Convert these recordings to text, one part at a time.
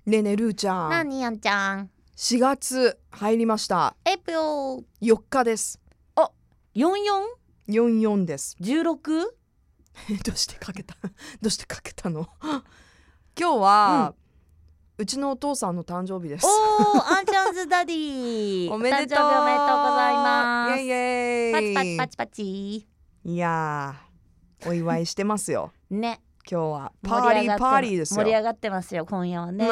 ねえねえルーちゃん、 なにやんちゃん。 4月入りました。 エイプリル 4日です。44です。 44?16? どうしてかけたどうしてかけたの今日は、うちのお父さんの誕生日です。 おー、アンチャンズダディおめでとう。 誕生日おめでとうございます。 イエイイエイ。 パチパチパチパチ。 いやー、お祝いしてますよね、 今日はパーリーパーリーですよ。 盛り上がってますよ今夜はね。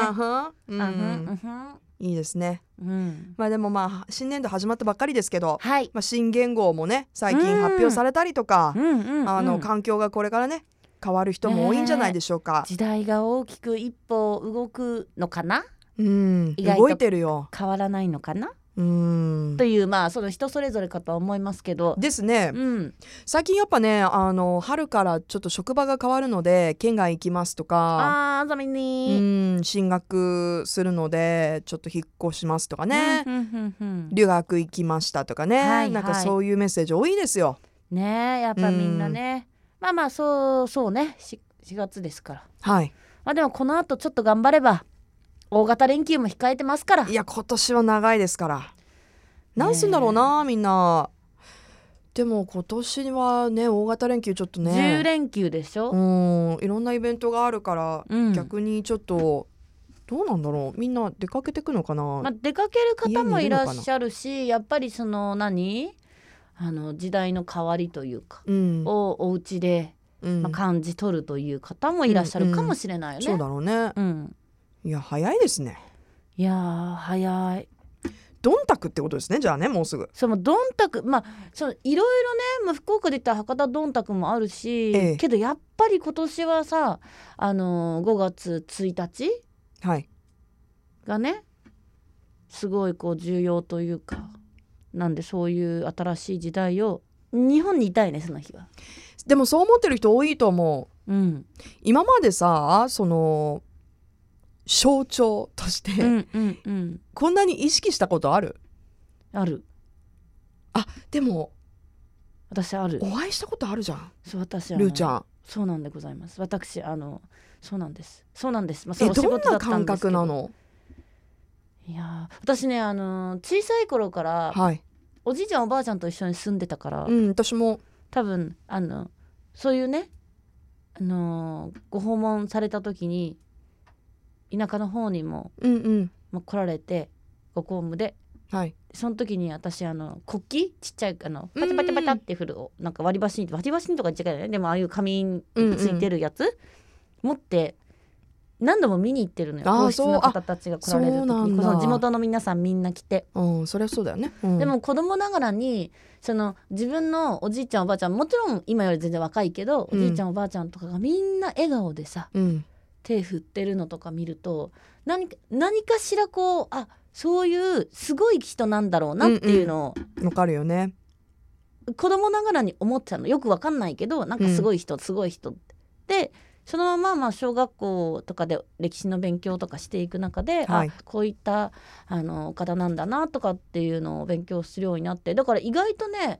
いいですね。 うんまあでもまあ新年度始まったばっかりですけど、 はい、 まあ、新元号もね最近発表されたりとか、環境がこれからね変わる人も多いんじゃないでしょうか。 時代が大きく一歩動くのかな。 意外と動いてるよ。 変わらないのかなという、まあその人それぞれかとは思いますけどですね、最近やっぱね春からちょっと職場が変わるので県外行きますとか、 遊びに進学するのでちょっと引っ越しますとかね、留学行きましたとかね、なんかそういうメッセージ多いですよね。やっぱみんなね、まあそうね 4月ですから、まあでもこの後ちょっと頑張れば大型連休も控えてますから。 いや今年は長いですから、なんすんだろうなみんな。でも今年はね大型連休ちょっとね 10連休でしょ。 いろんなイベントがあるから、逆にちょっとどうなんだろう、みんな出かけてくのかな。 まあ、出かける方もいらっしゃるし、やっぱりその時代の変わりというか、をお家で、感じ取るという方もいらっしゃるかもしれないよね。 そうだろうね。いや早いですね。 いや早い。 どんたくってことですね。じゃあねもうすぐ。 そのどんたく、まあそのいろいろね、福岡で言ったら博多どんたくもあるし、けどやっぱり今年はさ5月1日がねすごいこう重要というか、なんでそういう新しい時代を日本にいたいねその日は。 でもそう思ってる人多いと思う。今までさその象徴として、こんなに意識したことある？ ある。 でも私ある。 お会いしたことあるじゃん。 そう、私ルーちゃん。 そうなんでございます。私そうなんです。まあ、 どんな感覚なの？ いや私ね小さい頃から、おじいちゃんおばあちゃんと一緒に住んでたから、 私も多分そういうねご訪問された時に田舎の方にも、来られてご公務で、その時に私国旗ちっちゃいパチャパチャパチャって振るなんか割り箸とか言っちゃいけないね。でもああいう紙についてるやつ、持って何度も見に行ってるのよ。皇室の方たちが来られる時に、この地元の皆さんみんな来て、 そりゃそうだよね。 でも子供ながらに自分のおじいちゃんおばあちゃん、もちろん今より全然若いけど、おじいちゃんおばあちゃんとかがみんな笑顔でさ、手振ってるのとか見ると何かしらこうそういうすごい人なんだろうなっていうのを、 わかるよね。 子供ながらに思ってたの。よくわかんないけどなんかすごい人、すごい人で、そのまま小学校とかで歴史の勉強とかしていく中で、こういった方なんだなとかっていうのを勉強するようになって、だから意外とね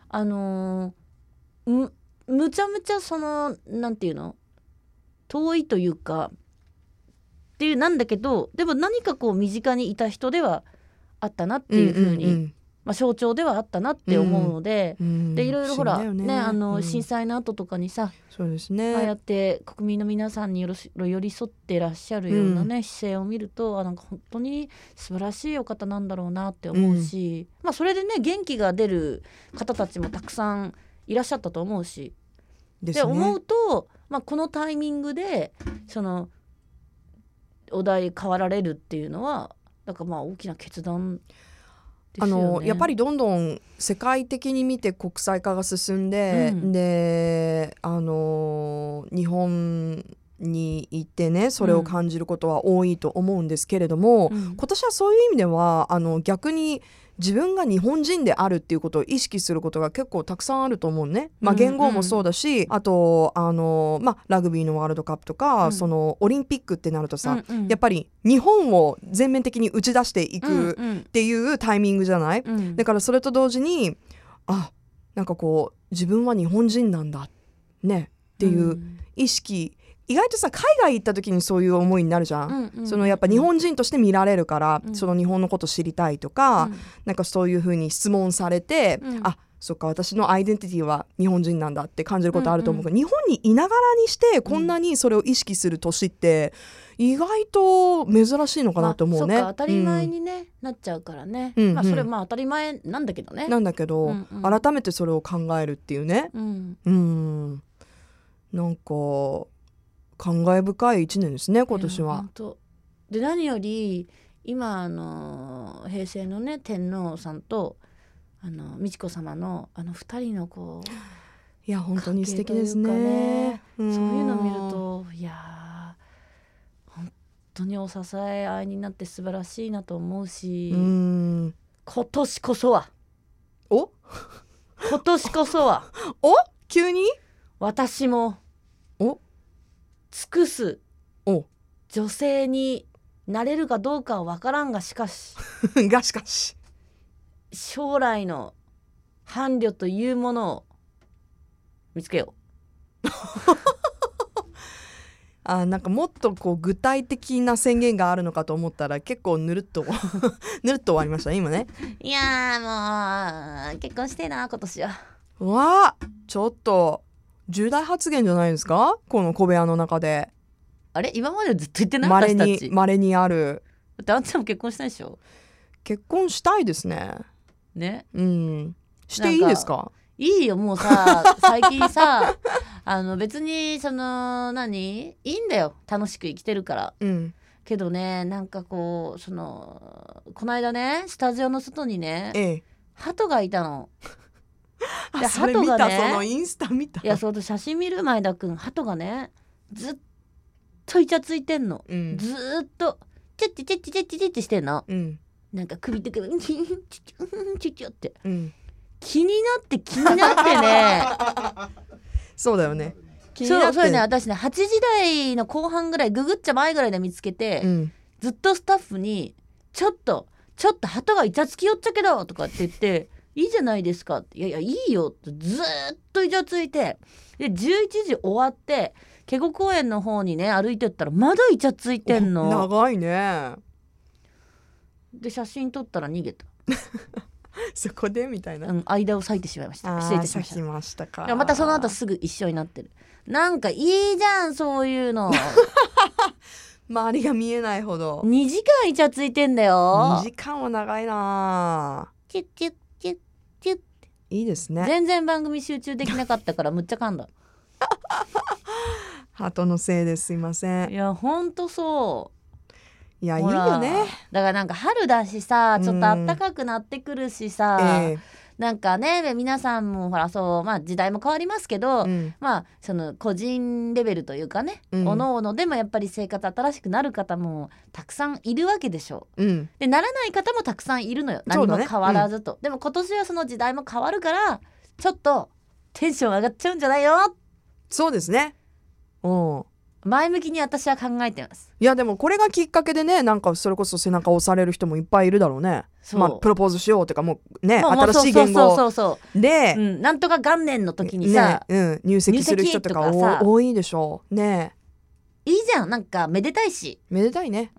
むちゃむちゃなんていうの、遠いというかっていうなんだけど、でも何かこう身近にいた人ではあったなっていうふうに、象徴ではあったなって思うので、でいろいろほら震災の後とかにさ、 そうですね、 ああやって国民の皆さんに寄り添ってらっしゃるようなね、姿勢を見るとなんか本当に素晴らしいお方なんだろうなって思うし、それでね元気が出る方たちもたくさんいらっしゃったと思うし、で思うと、このタイミングでお題変わられるっていうのはだから大きな決断ですよね。 やっぱりどんどん世界的に見て国際化が進んで、で日本に行ってねそれを感じることは多いと思うんですけれども、今年はそういう意味では逆に自分が日本人であるっていうことを意識することが結構たくさんあると思うね。言語もそうだし、あとラグビーのワールドカップとか、そのオリンピックってなるとさ、やっぱり日本を全面的に打ち出していくっていうタイミングじゃない、だからそれと同時になんかこう自分は日本人なんだねっていう意識意外とさ海外行った時にそういう思いになるじゃん、そのやっぱ日本人として見られるから、その日本のこと知りたいとか、なんかそういう風に質問されて、あ、そっか私のアイデンティティは日本人なんだって感じることあると思うけど、日本にいながらにしてこんなにそれを意識する年って意外と珍しいのかなと思うね。 そっか、当たり前に、なっちゃうからね、それ当たり前なんだけどね。 なんだけど、改めてそれを考えるっていうね、なんか感慨深い1年ですね今年は。 で何より今平成のね天皇さんと美智子様の2人のこう、 いや本当に素敵ですね。 そういうのを見ると、いや本当にお支え合いになって素晴らしいなと思うし、今年こそはお急に私も尽くす女性になれるかどうかは分からんがしかし将来の伴侶というものを見つけようなんかもっとこう具体的な宣言があるのかと思ったら結構ぬるっと終わりましたね今ね。 いやもう結婚してえな今年は。 わあちょっと重大発言じゃないですかこの小部屋の中で。 あれ今までずっと言ってない私たち。 稀にある。 だってあんたも結婚したいでしょ。 結婚したいですね。 ね。 していいですか。 いいよもうさ最近さ別にそのいいんだよ楽しく生きてるから、けどねなんかこうこの間ねスタジオの外にね、鳩がいたの。 でそれ見た、そのインスタ見た。 いやそう写真見る前田くん鳩がねずっとイチャついてんの、ずっとチッチチッチチッチチッチしてんの、なんか首とかチッチチッチッって、気になってねそうだよね。 それね私ね8時台の後半ぐらいググっちゃ前ぐらいで見つけて、ずっとスタッフにちょっと鳩がイチャつきよっちゃけどとかって言っていいじゃないですかって、いやいいよってずっとイチャついて、で11時終わって警固公園の方にね歩いてったらまだイチャついてんの。 長いね。 で写真撮ったら逃げたそこでみたいな、 間を裂いてしまいました。失礼いたしました。 裂きましたか。 またその後すぐ一緒になってる。なんかいいじゃんそういうの周りが見えないほど 2時間イチャついてんだよ。 2時間は長いな。 キュッキュッキュッキュッっていいですね。 全然番組集中できなかったからむっちゃ噛んだ鳩のせいです、すいません。 いやほんとそう。 いやいいよね。 だからなんか春だしさちょっと暖かくなってくるしさ、なんかね皆さんもほら時代も変わりますけど、その個人レベルというかね、おのおのでもやっぱり生活新しくなる方もたくさんいるわけでしょ、でならない方もたくさんいるのよ、何も変わらずと、でも今年はその時代も変わるからちょっとテンション上がっちゃうんじゃないよ。 そうですね。 前向きに私は考えてます。 いやでもこれがきっかけでね、なんかそれこそ背中を押される人もいっぱいいるだろうね。プロポーズしようとかもうね、新しい言語で、 なんとか元年の時にさ、 入籍する人とか多いでしょうね。 いいじゃん、なんかめでたいし。 めでたいね。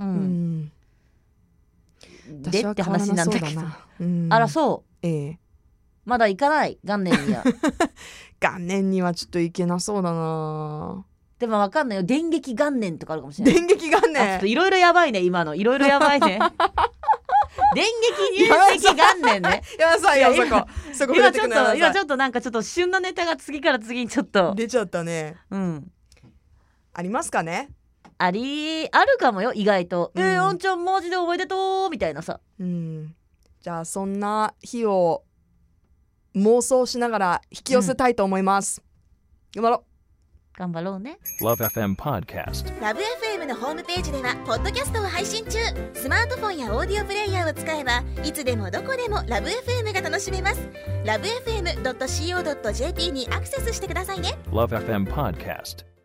でって話なんだけど、あらそう、まだ行かない元年には元年にはちょっと行けなそうだな。 でも分かんないよ、電撃元年とかあるかもしれない。 電撃元年ちょっといろいろやばいね、今のいろいろやばいね電撃入籍元年ねやばいよ、そこ今ちょっとなんかちょっと旬のネタが次から次にちょっと出ちゃったね。ありますかね。 あるかもよ意外と。おんちゃんマジでおめでとうみたいなさ。 じゃあそんな日を妄想しながら引き寄せたいと思います。 頑張ろうね。 LoveFM Podcast。 LoveFM のホームページではポッドキャストを配信中。スマートフォンやオーディオプレイヤーを使えばいつでもどこでも LoveFM が楽しめます。 LoveFM.co.jp にアクセスしてくださいね。 LoveFM Podcast。